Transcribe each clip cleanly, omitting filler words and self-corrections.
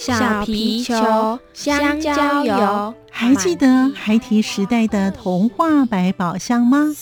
小皮球、香蕉油。 还记得孩提时代的童话百宝箱吗？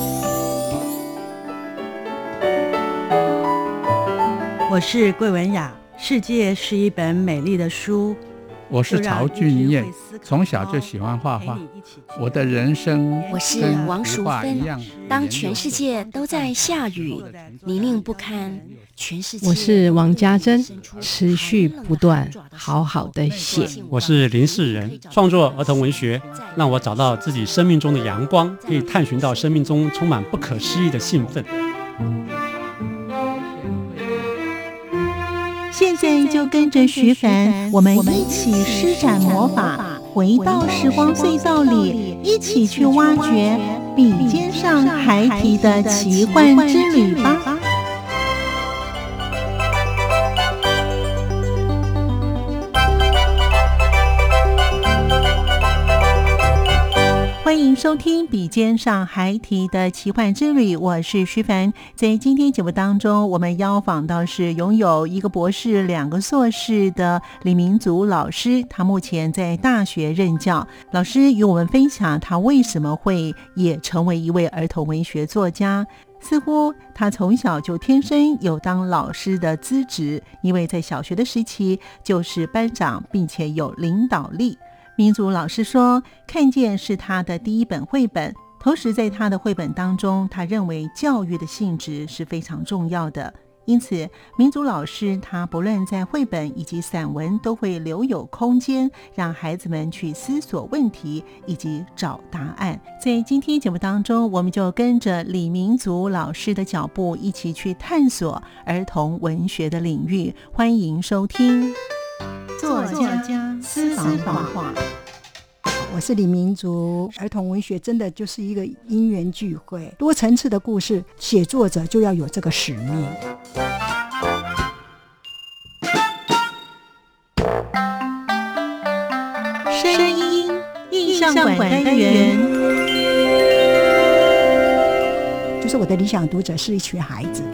我是桂文雅，世界是一本美丽的书。 我是曹俊彦，从小就喜欢画画，我的人生我是王淑芬，当全世界都在下雨，泥泞不堪，全世界。 我是王家珍，持续不断好好的写。 我是林世仁，创作儿童文学，让我找到自己生命中的阳光，可以探寻到生命中充满不可思议的兴奋。 现在就跟着徐凡，我们一起施展魔法，回到时光隧道里，一起去挖掘笔尖上孩提的奇幻之旅吧。欢迎收听笔尖上孩提的奇幻之旅，我是徐凡。在今天节目当中，我们邀访到是拥有1个博士、2个硕士的李明祖老师，他目前在大学任教。老师与我们分享他为什么会也成为一位儿童文学作家。似乎他从小就天生有当老师的资质，因为在小学的时期就是班长，并且有领导力。明祖老师说，看见是他的第一本绘本，同时在他的绘本当中，他认为教育的性质是非常重要的。因此明祖老师他不论在绘本以及散文都会留有空间，让孩子们去思索问题以及找答案。在今天节目当中，我们就跟着李明祖老师的脚步，一起去探索儿童文学的领域。欢迎收听作家私房话。 我是李明祖。儿童文学真的就是一个因缘聚会，多层次的故事，写作者就要有这个使命。 声音印象馆单元， 就是我的理想读者是一群孩子。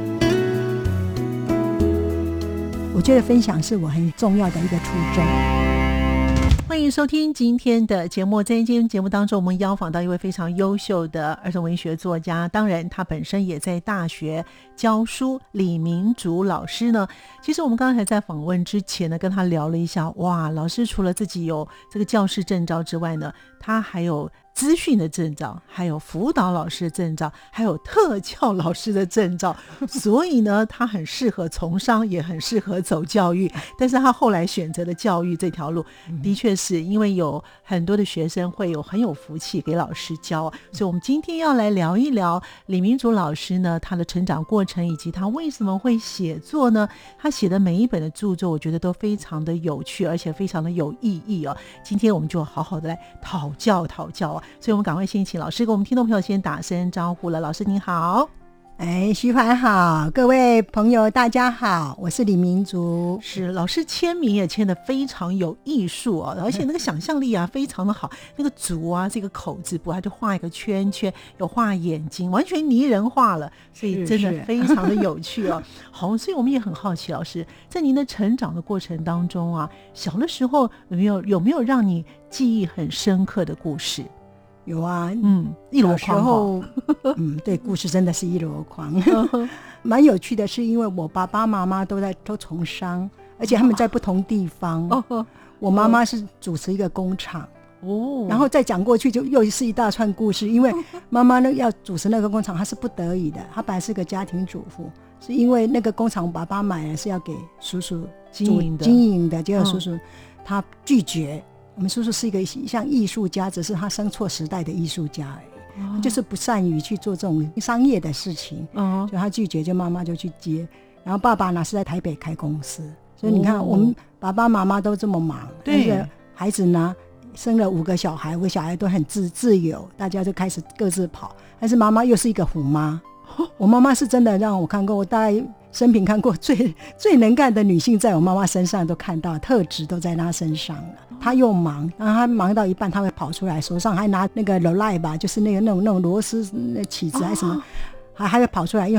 我觉得分享是我很重要的一个初衷。 欢迎收听今天的节目。在今天节目当中，我们邀访到一位非常优秀的儿童文学作家，当然他本身也在大学教书。李明祖老师呢，其实我们刚才在访问之前呢，跟他聊了一下，哇，老师除了自己有这个教师证照之外呢，他还有资讯的证照，还有辅导老师的证照，还有特教老师的证照，所以呢他很适合从商，也很适合走教育。但是他后来选择了教育这条路，的确是因为有很多的学生会有很有福气给老师教，所以我们今天要来聊一聊李明祖老师呢，他的成长过程以及他为什么会写作呢？他写的每一本的著作我觉得都非常的有趣，而且非常的有意义哦。今天我们就好好的来讨教所以我们赶快先请老师跟我们听众朋友先打声招呼了。老师您好。 徐凡好，各位朋友大家好，我是李明祖。 是，老师签名也签得非常有艺术哦，而且那个想象力啊非常的好。那个足啊，这个口字部他就画一个圈圈，有画眼睛，完全拟人化了，所以真的非常的有趣哦。好，所以我们也很好奇，老师在您的成长的过程当中啊，小的时候有没有让你记忆很深刻的故事？ 有啊， 一箩筐。 对，故事真的是一箩筐。蛮有趣的是，因为我爸爸妈妈都从商，而且他们在不同地方。我妈妈是主持一个工厂，然后再讲过去就又是一大串故事。因为妈妈呢要主持那个工厂，她是不得已的，她本来是个家庭主妇，是因为那个工厂爸爸买了是要给叔叔经营的，结果叔叔他拒绝。我们叔叔是一个像艺术家，只是他生错时代的艺术家而已，就是不善于去做这种商业的事情，所以他拒绝，就妈妈就去接。然后爸爸呢是在台北开公司，所以你看我们爸爸妈妈都这么忙，但是孩子呢生了5个小孩，5个小孩都很自由，大家就开始各自跑。但是妈妈又是一个虎妈，我妈妈是真的让我看过，我大概生平看过最能干的女性，在我妈妈身上都看到，特质都在她身上了。她又忙，然后她忙到一半，她会跑出来，手上还拿那个螺赖吧，就是那种螺丝起子还是什么，还会跑出来，因为她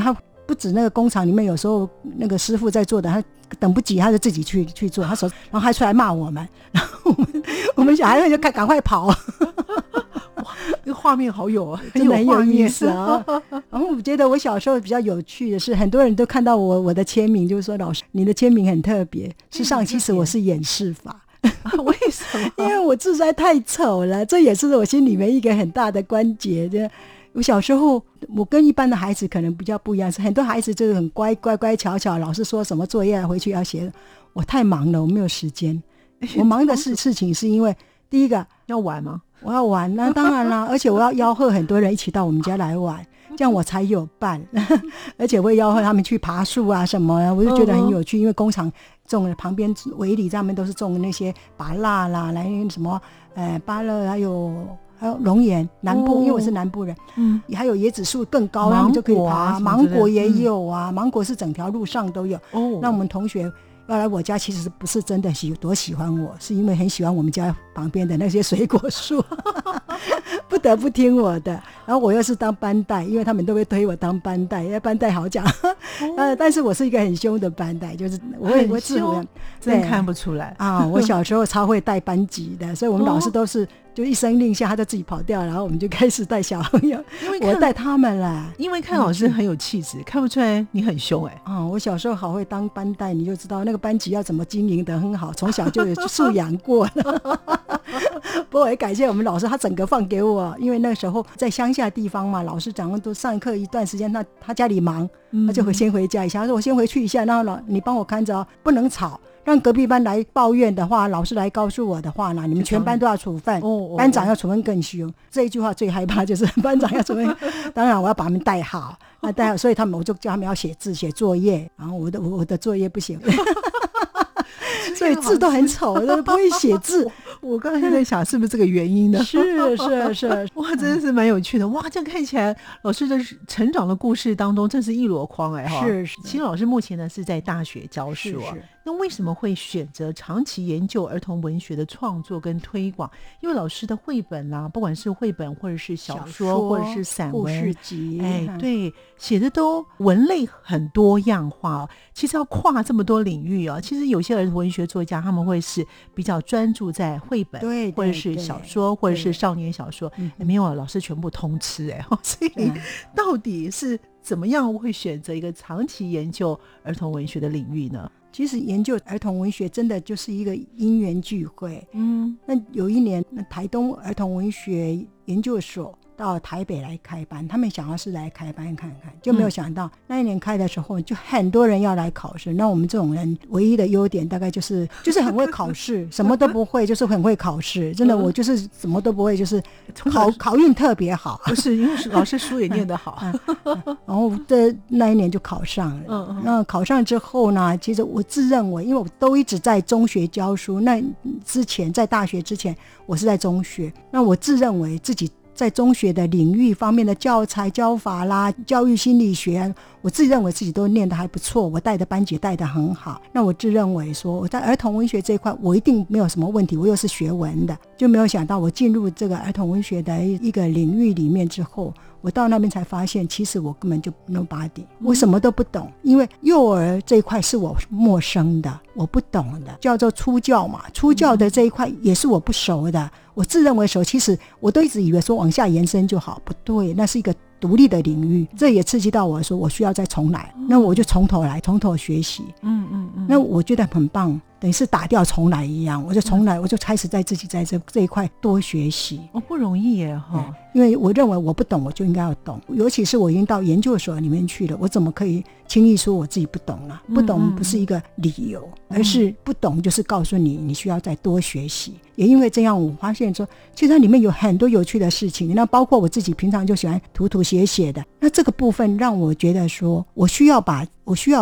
不止那个工厂里面，有时候那个师傅在做的，他等不及他就自己去做，他手然后还出来骂我们，然后我们小孩就赶快跑。 哇，那个画面好有真的很有意思啊。然后我觉得我小时候比较有趣的是，很多人都看到我的签名，就是说老师你的签名很特别。事实上其实我是掩饰法。 为什么？ 因为我字实在太丑了，这也是我心里面一个很大的关节。我小时候我跟一般的孩子可能比较不一样，是很多孩子就是很乖巧巧，老师说什么作业回去要写，我太忙了，我没有时间。我忙的事情是因为第一个要玩吗？ 我要玩，那当然啦，而且我要吆喝很多人一起到我们家来玩，这样我才有伴。而且我也吆喝他们去爬树啊什么的，我就觉得很有趣。因为工厂种的旁边围里上面都是种那些芭乐啦，来什么芭乐，还有龙眼，南部，因为我是南部人，还有椰子树更高，他们就可以爬。芒果也有啊，芒果是整条路上都有。那我们同学要来我家，其实不是真的多喜欢我，是因为很喜欢我们家旁边的那些水果树。不得不听我的。然后我又是当班带，因为他们都会推我当班带，因为班带好讲。但是我是一个很凶的班带，就是我自我真看不出来啊。我小时候超会带班级的，所以我们老师都是就一声令下，他就自己跑掉，然后我们就开始带小朋友，我带他们啦。 因为看老师很有气质，看不出来你很凶我小时候好会当班带，你就知道那个班级要怎么经营得很好，从小就有素养过了。不过我也感谢我们老师，他整个放给我，因为那个时候在乡下地方嘛，老师讲都上课一段时间，他家里忙，他就会先回家一下，他说我先回去一下，然后你帮我看着不能吵，让隔壁班来抱怨的话，老师来告诉我的话呢，你们全班都要处分，班长要处分更凶。这一句话最害怕就是班长要处分。当然我要把他们带好，带好，所以我就叫他们要写字写作业，然后我的作业不行。所以字都很丑，都不会写字。 我刚才就在想是不是这个原因呢？ 是哇，真的是蛮有趣的。哇，这样看起来老师的成长的故事当中真是一箩筐是。 其实老师目前呢是在大学教书那为什么会选择长期研究儿童文学的创作跟推广？因为老师的绘本啦，不管是绘本或者是小说或者是散文、 故事集， 对，写的都文类很多样化其实要跨这么多领域其实有些儿童文学作家他们会是比较专注在绘本， 对， 或者是小说，或者是少年小说。没有，老师全部通吃所以到底是怎么样会选择一个长期研究儿童文学的领域呢？ 其实研究儿童文学真的就是一个因缘聚会。那有一年台东儿童文学研究所到台北来开班，他们想要是来开班看看，就没有想到那一年开的时候就很多人要来考试。那我们这种人唯一的优点大概就是很会考试，什么都不会，就是很会考试。真的，我就是什么都不会，就是考运特别好。 不是因为老师书也念得好。 然后那一年就考上了。那考上之后呢，其实我自认为，因为我都一直在中学教书，那之前在大学之前我是在中学，那我自认为自己在中学的领域方面的教材教法啦，教育心理学，我自己认为自己都念得还不错，我带的班级带得很好。那我自认为说我在儿童文学这一块我一定没有什么问题，我又是学文的，就没有想到我进入这个儿童文学的一个领域里面之后，我到那边才发现其实我根本就 nobody， 我什么都不懂。因为幼儿这一块是我陌生的，我不懂的，叫做初教嘛，初教的这一块也是我不熟的，我自认为熟，其实我都一直以为说往下延伸就好，不对，那是一个独立的领域。这也刺激到我说我需要再重来，那我就从头来，从头学习。那我觉得很棒，等于是打掉重来一样，我就重来，我就开始在自己在这一块多学习。 不容易耶因为我认为我不懂我就应该要懂，尤其是我已经到研究所里面去了，我怎么可以轻易说我自己不懂啊？不懂不是一个理由，而是不懂就是告诉你你需要再多学习。也因为这样，我发现说其实它里面有很多有趣的事情，那包括我自己平常就喜欢涂涂写写的，那这个部分让我觉得说我需要把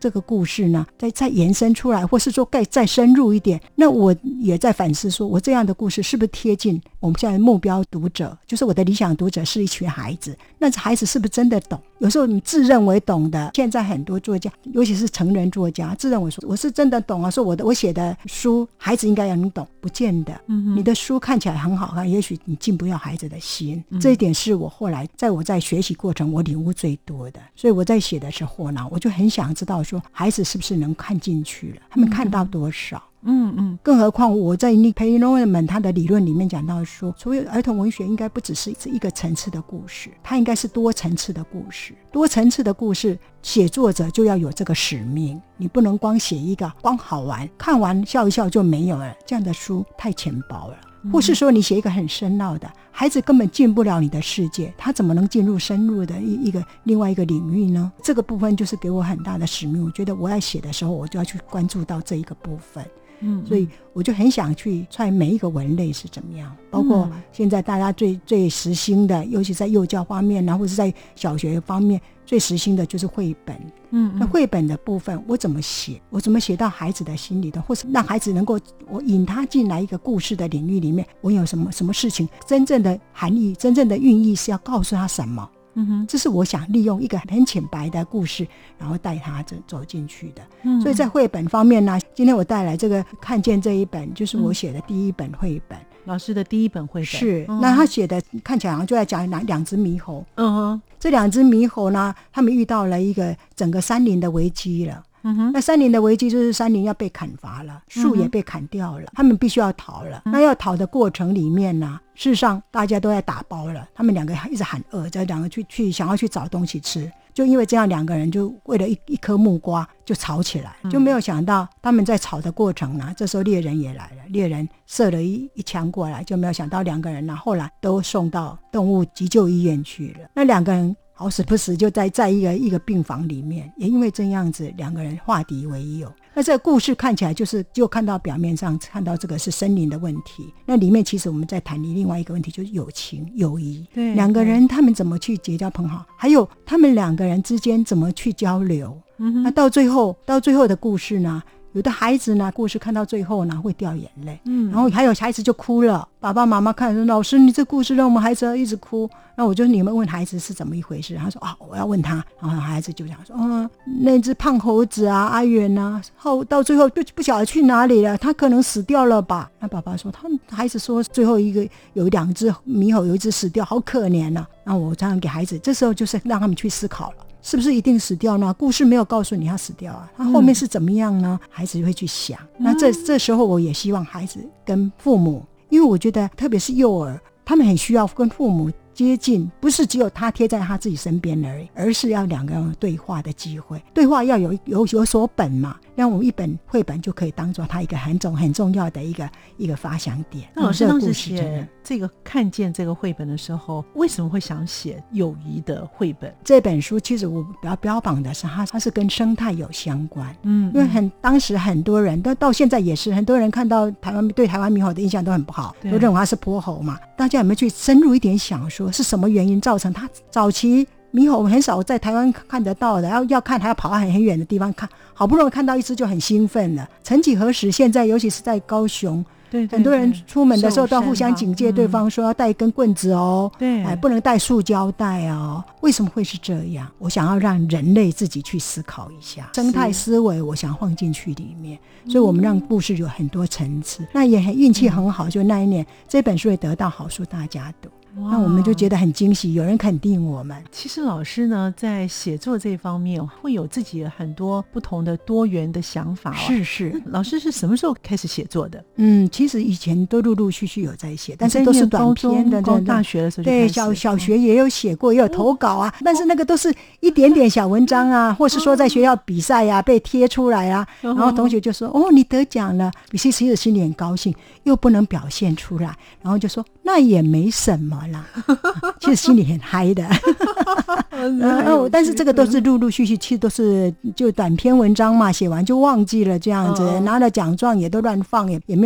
这个故事呢再延伸出来，或是说再深入一点，那我也在反思说，我这样的故事是不是贴近我们现在目标读者，就是我的理想读者是一群孩子，那孩子是不是真的懂？有时候你自认为懂的，现在很多作家尤其是成人作家自认为说我是真的懂啊，说我写的书孩子应该也能懂，不见得。你的书看起来很好看，也许你进不了孩子的心，这一点是我后来在学习过程我领悟最多的。所以我在写的时候呢，我就很想知道说孩子是不是能看进去了，他们看到多少。更何况我在Nick Perry 他的理论里面讲到说，所谓儿童文学应该不只是一个层次的故事，它应该是多层次的故事。多层次的故事，写作者就要有这个使命，你不能光写一个光好玩，看完笑一笑就没有了，这样的书太浅薄了。或是说你写一个很深奥的，孩子根本进不了你的世界，他怎么能进入深入的另外一个领域呢？这个部分就是给我很大的使命，我觉得我要写的时候我就要去关注到这一个部分。所以我就很想去揣每一个文类是怎么样，包括现在大家最时兴的，尤其在幼教方面或者在小学方面最时兴的就是绘本。那绘本的部分我怎么写，我怎么写到孩子的心里的，或是让孩子能够我引他进来一个故事的领域里面，我有什么事情真正的含义，真正的寓意是要告诉他什么。这是我想利用一个很浅白的故事，然后带他走进去的。所以在绘本方面呢，今天我带来这个看见这一本，就是我写的第一本绘本， 老师的第一本绘本。 是，那他写的看起来好像就在讲两只猕猴。这两只猕猴呢，他们遇到了一个整个山林的危机了。那山林的危机就是山林要被砍伐了，树也被砍掉了，他们必须要逃了。那要逃的过程里面呢，事实上大家都在打包了，他们两个一直喊饿，这两个去想要去找东西吃，就因为这样两个人就为了一颗木瓜就吵起来，就没有想到他们在吵的过程呢，这时候猎人也来了，猎人射了一枪过来，就没有想到两个人呢后来都送到动物急救医院去了。那两个人好死不死就在一个病房里面，也因为这样子两个人化敌为友。那这个故事看起来就看到表面上看到这个是森林的问题，那里面其实我们在谈另外一个问题，就是友情友谊。对，两个人他们怎么去结交朋友，还有他们两个人之间怎么去交流。那到最后的故事呢，有的孩子呢故事看到最后呢会掉眼泪，然后还有孩子就哭了，爸爸妈妈看说老师你这故事让我们孩子一直哭，然后我就你们问孩子是怎么一回事，他说我要问他，然后孩子就讲说那只胖猴子啊阿远啊到最后不晓得去哪里了，他可能死掉了吧。那爸爸说孩子说最后有两只猕猴有一只死掉，好可怜啊。然后我这样给孩子，这时候就是让他们去思考了，是不是一定死掉呢？故事没有告诉你他死掉啊，他后面是怎么样呢？孩子会去想。那这时候我也希望孩子跟父母，因为我觉得特别是幼儿，他们很需要跟父母接近，不是只有他贴在他自己身边而已，而是要两个人有对话的机会，对话要有所本嘛，让我们一本绘本就可以当做他一个很重要的一个发想点。 那老师当时写这个看见这个绘本的时候，为什么会想写友谊的绘本？ 这本书其实我比较标榜的是它是跟生态有相关。因为当时很多人到现在也是很多人看到对台湾猕猴的印象都很不好，都认为它是泼猴嘛。大家有没有去深入一点想说是什么原因造成它早期猕猴很少在台湾看得到的，要看还要跑到很远的地方看，好不容易看到一只就很兴奋了。曾几何时，现在尤其是在高雄，对很多人出门的时候都要互相警戒对方说要带一根棍子哦，不能带塑胶袋哦。为什么会是这样？我想要让人类自己去思考一下生态思维，我想放进去里面，所以我们让故事有很多层次。那也很运气很好，就那一年这本书也得到好书大家读，那我们就觉得很惊喜，有人肯定我们。 其实老师呢在写作这方面会有自己很多不同的多元的想法。 是老师是什么时候开始写作的？ 其实以前都陆陆续续有在写，但是都是短篇的。 大学的时候就对小学也有写过，也有投稿啊，但是那个都是一点点小文章啊，或是说在学校比赛啊被贴出来啊，然后同学就说你得奖了，其实心里很高兴，又不能表现出来，然后就说那也没什么啦其实心里很嗨的但是这个都是陆陆续续，其实都是就短篇文章嘛，写完就忘记了这样子，拿了奖状也都乱放，也没有去收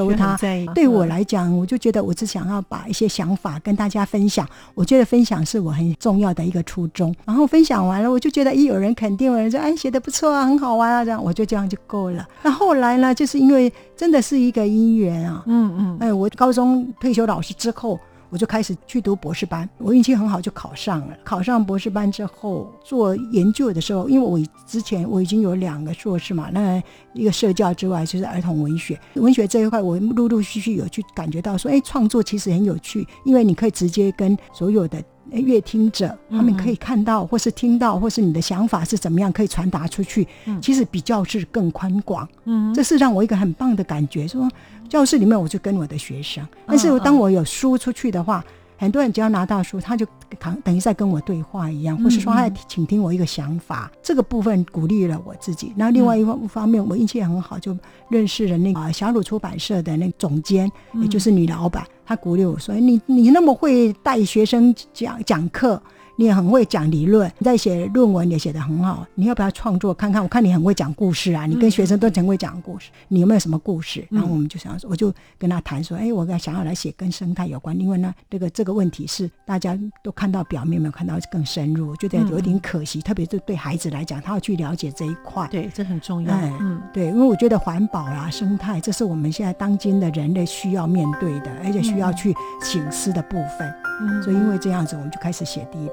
收它。对我来讲，我就觉得我只想要把一些想法跟大家分享，我觉得分享是我很重要的一个初衷。然后分享完了，我就觉得有人肯定，有人说写得不错啊，很好玩啊，这样我就这样就够了。那后来呢，就是因为真的是一个因缘啊，我高中退休老师之后，我就开始去读博士班，我运气很好就考上了。考上博士班之后做研究的时候，因为我之前我已经有2个硕士嘛，那一个社教之外就是儿童文学这一块，我陆陆续续有去感觉到说创作其实很有趣，因为你可以直接跟所有的乐听者他们可以看到或是听到，或是你的想法是怎么样可以传达出去，其实比教室更宽广。这是让我一个很棒的感觉，说教室里面我就跟我的学生，但是当我有书出去的话，很多人只要拿到书，他就等于在跟我对话一样，或是说他倾听我一个想法，这个部分鼓励了我自己。那另外一方面，我运气很好，就认识了那个小鲁出版社的那个总监，也就是女老板，她鼓励我说你那么会带学生讲课，你也很会讲理论，你在写论文也写得很好，你要不要创作看看？我看你很会讲故事啊，你跟学生都很会讲故事，你有没有什么故事？然后我们就想说，我就跟他谈说我想要来写跟生态有关，因为呢这个问题是大家都看到表面，没有看到更深入，我觉得有点可惜，特别是对孩子来讲，他要去了解这一块。 对，这很重要。 对，因为我觉得环保啦、生态，这是我们现在当今的人类需要面对的，而且需要去省思的部分。所以因为这样子，我们就开始写第一本。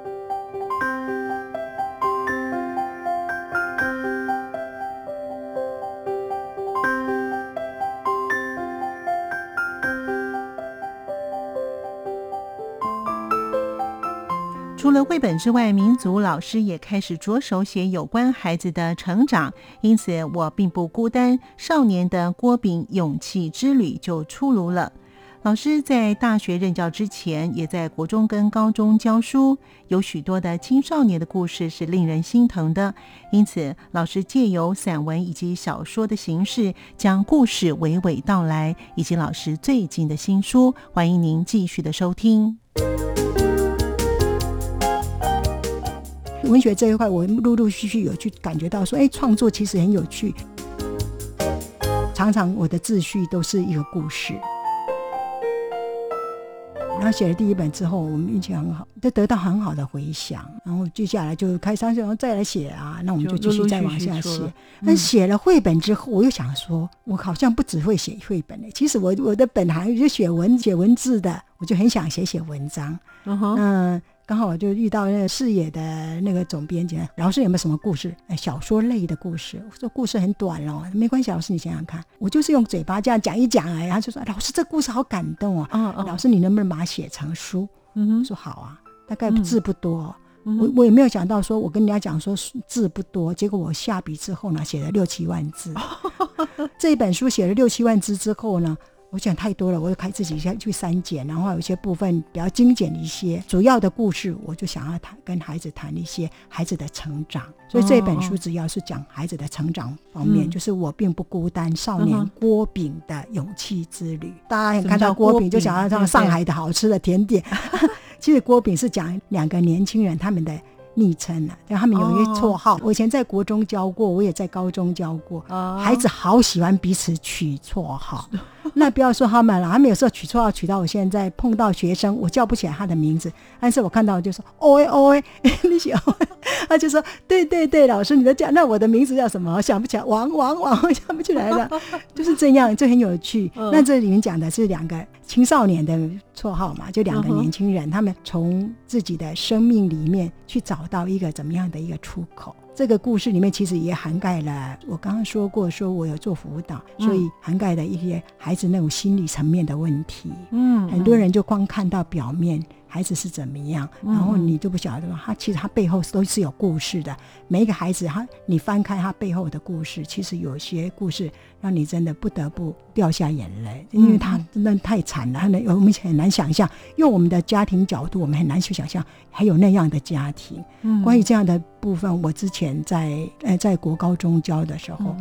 除了绘本之外，民族老师也开始着手写有关孩子的成长，因此我并不孤单，少年的郭炳勇气之旅就出炉了。老师在大学任教之前，也在国中跟高中教书，有许多的青少年的故事是令人心疼的，因此老师借由散文以及小说的形式，将故事娓娓道来，以及老师最近的新书，欢迎您继续的收听。 文学这一块，我陆陆续续有去感觉到说创作其实很有趣，常常我的自序都是一个故事。然后写了第一本之后，我们运气很好，就得到很好的回响，然后接下来就开始再来写啊，那我们就继续再往下写。但写了绘本之后，我又想说我好像不只会写绘本的，其实我的本行就写文字的，我就很想写文章。刚好我就遇到那个视野的那个总编辑，老师有没有什么故事？小说类的故事。我说故事很短哦，没关系，老师你想想看，我就是用嘴巴这样讲一讲然后就说老师这故事好感动哦，老师你能不能把它写成书？说好啊，大概字不多。我也没有想到说我跟人家讲说字不多，结果我下笔之后呢，写了6-7万字。这一本书写了6-7万字之后呢，我想太多了，我就开自己去删减，然后有些部分比较精简一些，主要的故事我就想要跟孩子谈一些孩子的成长，所以这本书只要是讲孩子的成长方面，就是我并不孤单，少年郭炳的勇气之旅。大家看到郭炳就想要像上海的好吃的甜点其实郭炳是讲2个年轻人他们的昵称啊，他们有一些绰号。我以前在国中教过，我也在高中教过，孩子好喜欢彼此取绰号。那不要说他们了，他们有时候取绰号取到我现在碰到学生，我叫不起来他的名字，但是我看到我就说你喜欢，他就说对老师你的叫，那我的名字叫什么？我想不起来，王我想不起来了就是这样，这很有趣。那这里面讲的是2个青少年的绰号嘛，就2个年轻人，他们从自己的生命里面去找到一个怎么样的一个出口。这个故事里面其实也涵盖了我刚刚说过，说我有做辅导，所以涵盖了一些孩子那种心理层面的问题。很多人就光看到表面孩子是怎么样，然后你就不晓得其实他背后都是有故事的。每一个孩子你翻开他背后的故事，其实有些故事让你真的不得不掉下眼泪，因为他真的太惨了，我们很难想象，用我们的家庭角度我们很难去想象还有那样的家庭。关于这样的部分，我之前在国高中教的时候，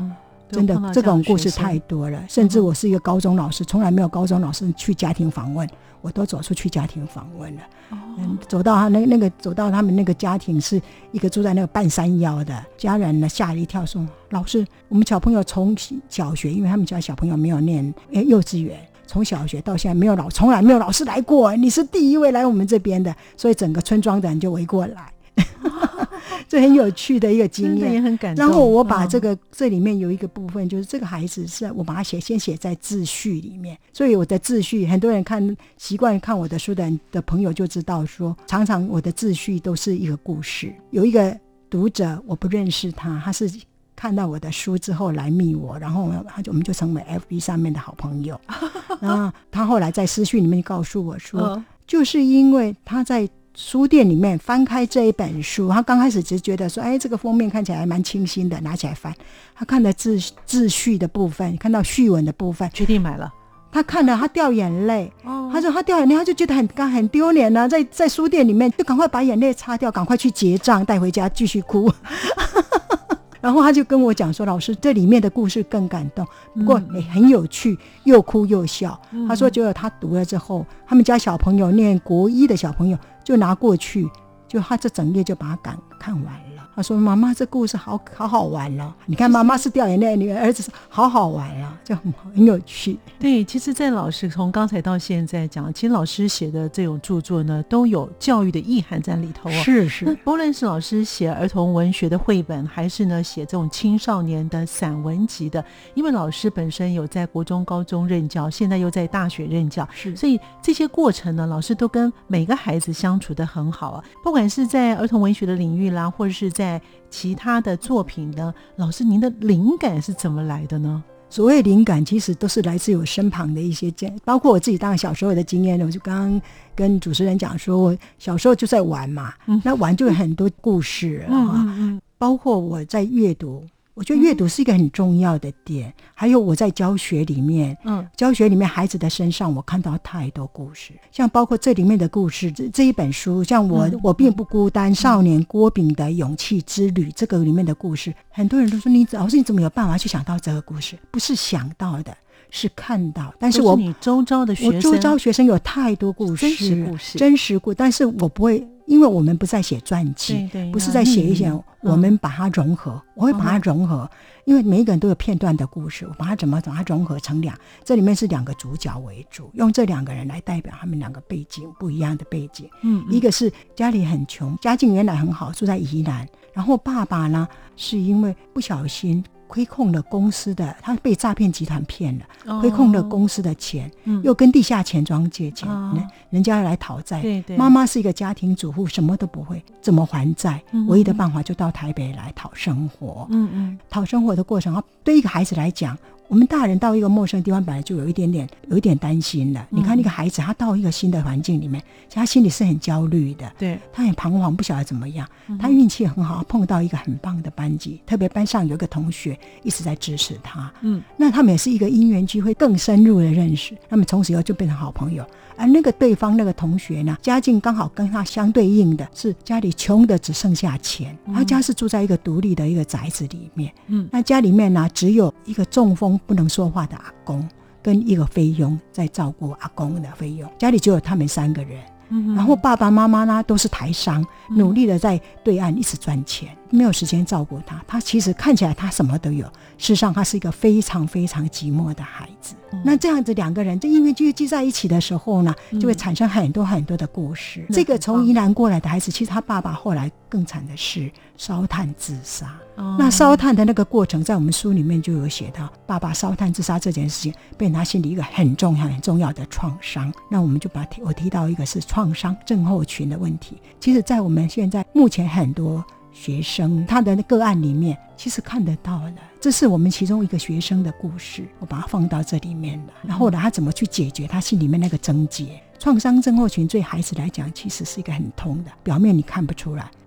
真的这种故事太多了。甚至我是一个高中老师，从来没有高中老师去家庭访问，我都走出去家庭访问了。走到他们那个家庭是一个住在那个半山腰的家人呢，吓了一跳，说老师，我们小朋友从小学，因为他们家小朋友没有念幼稚园，从小学到现在从来没有老师来过，你是第一位来我们这边的，所以整个村庄的人就围过来。这很有趣的一个经验， 真的也很感动。 然后我把这里面有一个部分，就是这个孩子是我把它先写在自序里面，所以我的自序，很多人习惯看我的书的朋友就知道说，常常我的自序都是一个故事。有一个读者我不认识他是看到我的书之后来密我，然后我们就成为 FB 上面的好朋友。然后他后来在私讯里面告诉我说，就是因为他在书店里面翻开这一本书，他刚开始只觉得说，这个封面看起来蛮清新的，拿起来翻，他看了自序的部分，看到序文的部分， 决定买了。 他看了，他掉眼泪。他说他掉眼泪，他就觉得很丢脸啊，在书店里面就赶快把眼泪擦掉，赶快去结账带回家继续哭。然后他就跟我讲说，老师，这里面的故事更感动，不过也很有趣，又哭又笑。他说结果他读了之后，他们家小朋友念国一的小朋友就拿过去，就他这整页就把它看完了。他说妈妈，这故事好好玩了，你看妈妈是掉眼泪，你儿子是好好玩了，就很有趣。 对，其实在老师从刚才到现在讲，其实老师写的这种著作呢都有教育的意涵在里头。 是不论是老师写儿童文学的绘本，还是呢写这种青少年的散文集的，因为老师本身有在国中高中任教，现在又在大学任教，所以这些过程呢，老师都跟每个孩子相处得很好啊。不管是在儿童文学的领域啦，或者是在其他的作品呢，老师您的灵感是怎么来的呢？ 所谓灵感其实都是来自我身旁的一些，包括我自己当然小时候的经验，我就刚刚跟主持人讲说，我小时候就在玩嘛，那玩就有很多故事包括我在阅读，我觉得阅读是一个很重要的点，还有我在教学里面，孩子的身上我看到太多故事，像包括这里面的故事，这一本书，像我并不孤单，少年郭炳的勇气之旅，这个里面的故事，很多人都说老师你怎么有办法去想到这个故事？不是想到的，是看到。但是你周遭的学生， 我周遭学生有太多故事，真实故事，但是我不会，因为我们不在写传记，不是在写一些，我们把它融合，我会把它融合，因为每一个人都有片段的故事，我把它怎么融合成这里面是2个主角为主，用这2个人来代表他们2个背景不一样的背景。一个是家里很穷，家境原来很好，住在宜兰，然后爸爸呢是因为不小心亏空了公司的，他被诈骗集团骗了，亏空了公司的钱，又跟地下钱庄借钱，人家来讨债。妈妈是一个家庭主妇，什么都不会，怎么还债？唯一的办法就到台北来讨生活。讨生活的过程，对一个孩子来讲，我们大人到一个陌生的地方本来就有一点担心了。你看那个孩子，他到一个新的环境里面，他心里是很焦虑的，对，他很彷徨，不晓得怎么样。他运气很好，碰到一个很棒的班级，特别班上有一个同学一直在支持他。那他们也是一个因缘机会，更深入的认识，他们从此以后就变成好朋友。而那个对方那个同学呢，家境刚好跟他相对应的是家里穷的只剩下钱，他家是住在一个独立的一个宅子里面。那家里面呢，只有一个中风不能说话的阿公跟一个菲佣在照顾阿公的菲佣，家里只有他们3个人。然后爸爸妈妈呢都是台商，努力的在对岸一直赚钱，没有时间照顾他。他其实看起来他什么都有，事实上他是一个非常非常寂寞的孩子。那这样子2个人就因为聚在一起的时候呢，就会产生很多很多的故事。这个从宜兰过来的孩子，其实他爸爸后来更惨的是烧炭自杀。那烧炭的那个过程在我们书里面就有写到，爸爸烧炭自杀这件事情变成他心里一个很重要的创伤。那我们就我提到一个是创伤症候群的问题。其实在我们现在目前很多学生他的个案里面其实看得到的，这是我们其中一个学生的故事，我把它放到这里面了。然后他怎么去解决他心里面那个症结。创伤症候群对孩子来讲其实是一个很痛的，表面你看不出来，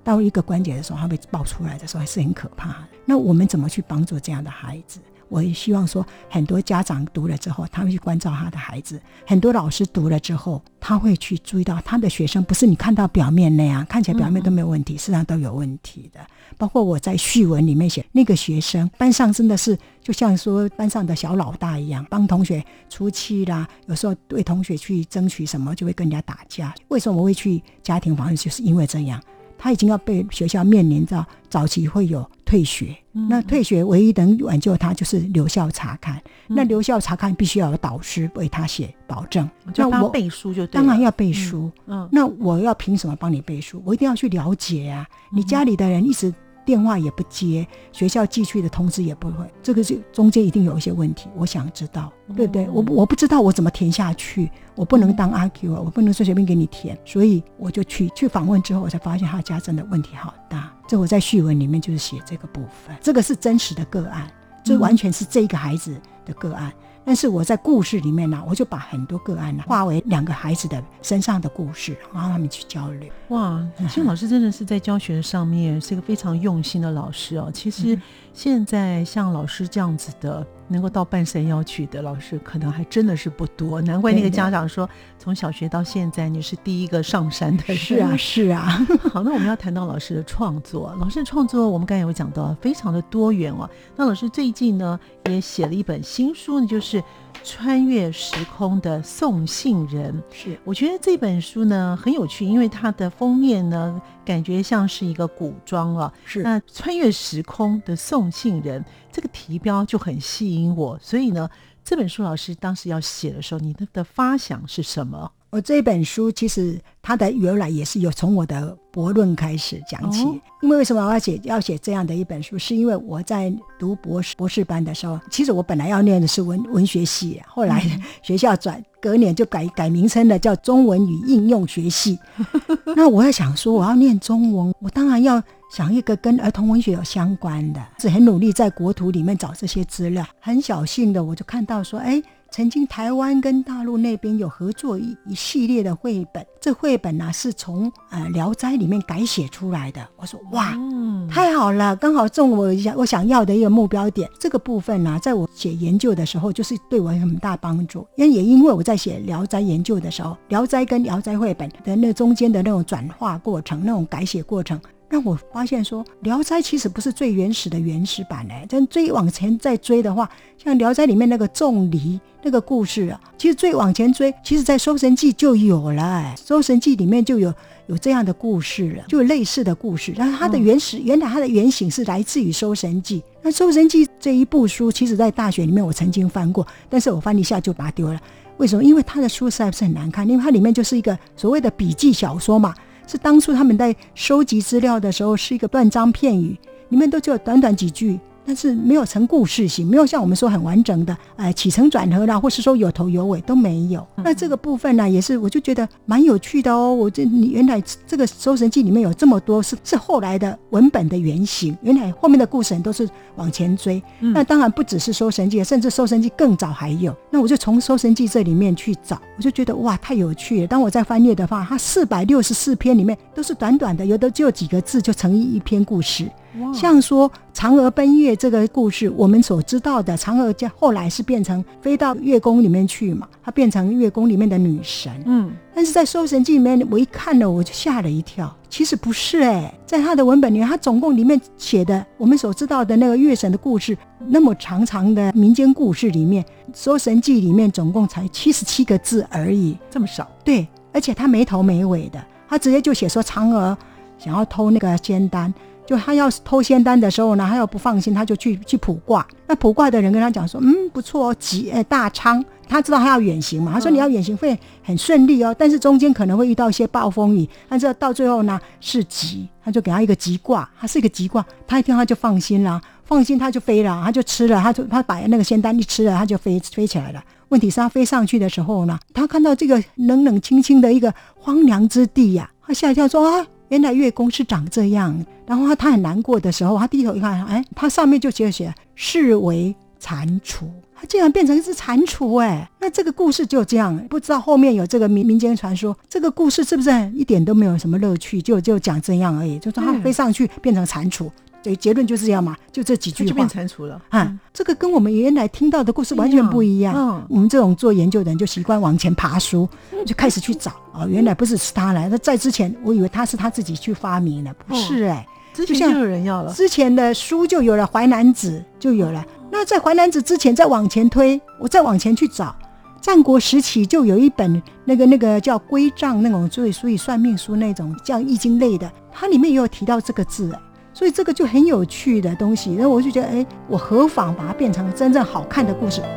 到一个关节的时候，他会爆出来的时候还是很可怕的。那我们怎么去帮助这样的孩子？我也希望说，很多家长读了之后，他会去关照他的孩子；很多老师读了之后，他会去注意到他的学生不是你看到表面那样，看起来表面都没有问题，事实上都有问题的。包括我在序文里面写，那个学生班上真的是就像说班上的小老大一样，帮同学出气啦，有时候对同学去争取什么，就会跟人家打架。为什么我会去家庭访视？就是因为这样。他已经要被学校面临到早期会有退学，那退学唯一能挽救他就是留校察看，那留校察看必须要有导师为他写保证， 就帮他背书就对了。 当然要背书，那我要凭什么帮你背书？我一定要去了解啊，你家里的人一直电话也不接，学校寄去的通知也不会，这个是中间一定有一些问题，我想知道，对不对？我不知道我怎么填下去，我不能当阿 Q 啊，我不能随便给你填，所以我就去访问之后，我才发现他家真的问题好大。这我在序文里面就是写这个部分，这个是真实的个案，这完全是这个孩子的个案。但是我在故事里面呢，我就把很多个案化为2个孩子的身上的故事，然后他们去交流。 哇，庆老师真的是在教学上面是一个非常用心的老师哦。其实现在像老师这样子的能够到半山腰去的老师可能还真的是不多，难怪那个家长说从小学到现在你是第一个上山的人。 是啊是啊。 好，那我们要谈到老师的创作，老师的创作我们刚才有讲到非常的多元哦。那老师最近呢也写了一本新书，就是穿越时空的送信人。 是， 我觉得这本书呢很有趣，因为它的封面呢感觉像是一个古装啊。 是， 那穿越时空的送信人这个题标就很吸引我，所以呢这本书老师当时要写的时候，你的发想是什么？ 我这本书其实它的由来也是有从我的博论开始讲起，因为什么我要写这样的一本书，是因为我在读博士班的时候，其实我本来要念的是文学系，后来学校隔年就改名称了，叫中文与应用学系。那我在想说我要念中文，我当然要想一个跟儿童文学有相关的，是很努力在国图里面找这些资料，很侥幸的我就看到说曾经台湾跟大陆那边有合作一系列的绘本，这绘本是从聊斋里面改写出来的。我说哇，太好了，刚好中我想要的一个目标点。这个部分在我写研究的时候就是对我有很大帮助，也因为我在写聊斋研究的时候，聊斋跟聊斋绘本的那中间的那种转化过程，那种改写过程，让我发现说聊斋其实不是最原始的原始版但追往前再追的话，像聊斋里面那个仲离那个故事其实最往前追，其实在搜神记就有了搜神记里面就有这样的故事了，就有类似的故事，但是它的原来它的原型是来自于搜神记。那搜神记这一部书其实在大学里面我曾经翻过，但是我翻一下就把它丢了。为什么？因为它的书实在是很难看，因为它里面就是一个所谓的笔记小说嘛，是当初他们在收集资料的时候是一个断章片语，里面都只有短短几句，但是没有成故事性，没有像我们说很完整的起承转合啦，或是说有头有尾都没有。那这个部分呢也是我就觉得蛮有趣的原来这个搜神记里面有这么多是后来的文本的原型，原来后面的故事都是往前追。那当然不只是搜神记，甚至搜神记更早还有。那我就从搜神记这里面去找，我就觉得哇太有趣了。当我在翻阅的话，它464篇里面都是短短的，有的只有几个字就成一篇故事。像说嫦娥奔月这个故事，我们所知道的嫦娥后来是变成飞到月宫里面去嘛，她变成月宫里面的女神。但是在搜神记里面我一看了我就吓了一跳，其实不是在她的文本里面，她总共里面写的我们所知道的那个月神的故事，那么长长的民间故事里面，搜神记里面总共才77个字而已， 这么少？ 对，而且她没头没尾的，她直接就写说嫦娥想要偷那个仙丹，就他要偷仙丹的时候呢，他要不放心，他就去卜卦。那卜卦的人跟他讲说不错大昌，他知道他要远行嘛，他说你要远行会很顺利但是中间可能会遇到一些暴风雨，但是到最后呢是吉，他就给他一个吉卦，他是一个吉卦，他一听他就放心了，放心他就飞了，他就吃了，他把那个仙丹一吃了，他就飞起来了。问题是他飞上去的时候呢，他看到这个冷冷清清的一个荒凉之地他吓一跳说原来月宫是长这样。然后他很难过的时候，他低头一看他上面就写视为蟾蜍，它竟然变成一只蟾蜍那这个故事就这样，不知道后面有这个民间传说，这个故事是不是一点都没有什么乐趣，就讲这样而已，就说它飞上去变成蟾蜍，对，结论就是这样嘛，就这几句话就变蟾蜍了这个跟我们原来听到的故事完全不一样。我们这种做研究的人就习惯往前爬书，就开始去找原来不是他来，那在之前我以为他是他自己去发明的，不是之前就有人要了， 之前的书就有了，淮南子就有了。那在淮南子之前再往前推，我再往前去找，战国时期就有一本那个叫归藏那种，所以算命书那种叫易经类的，它里面也有提到这个字所以这个就很有趣的东西。然后我就觉得我何妨把它变成真正好看的故事。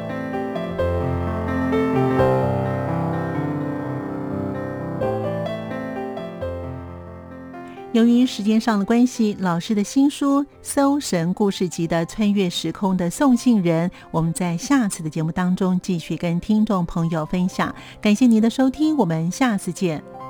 由于时间上的关系，老师的新书《搜神故事集》的穿越时空的送信人，我们在下次的节目当中继续跟听众朋友分享。感谢您的收听，我们下次见。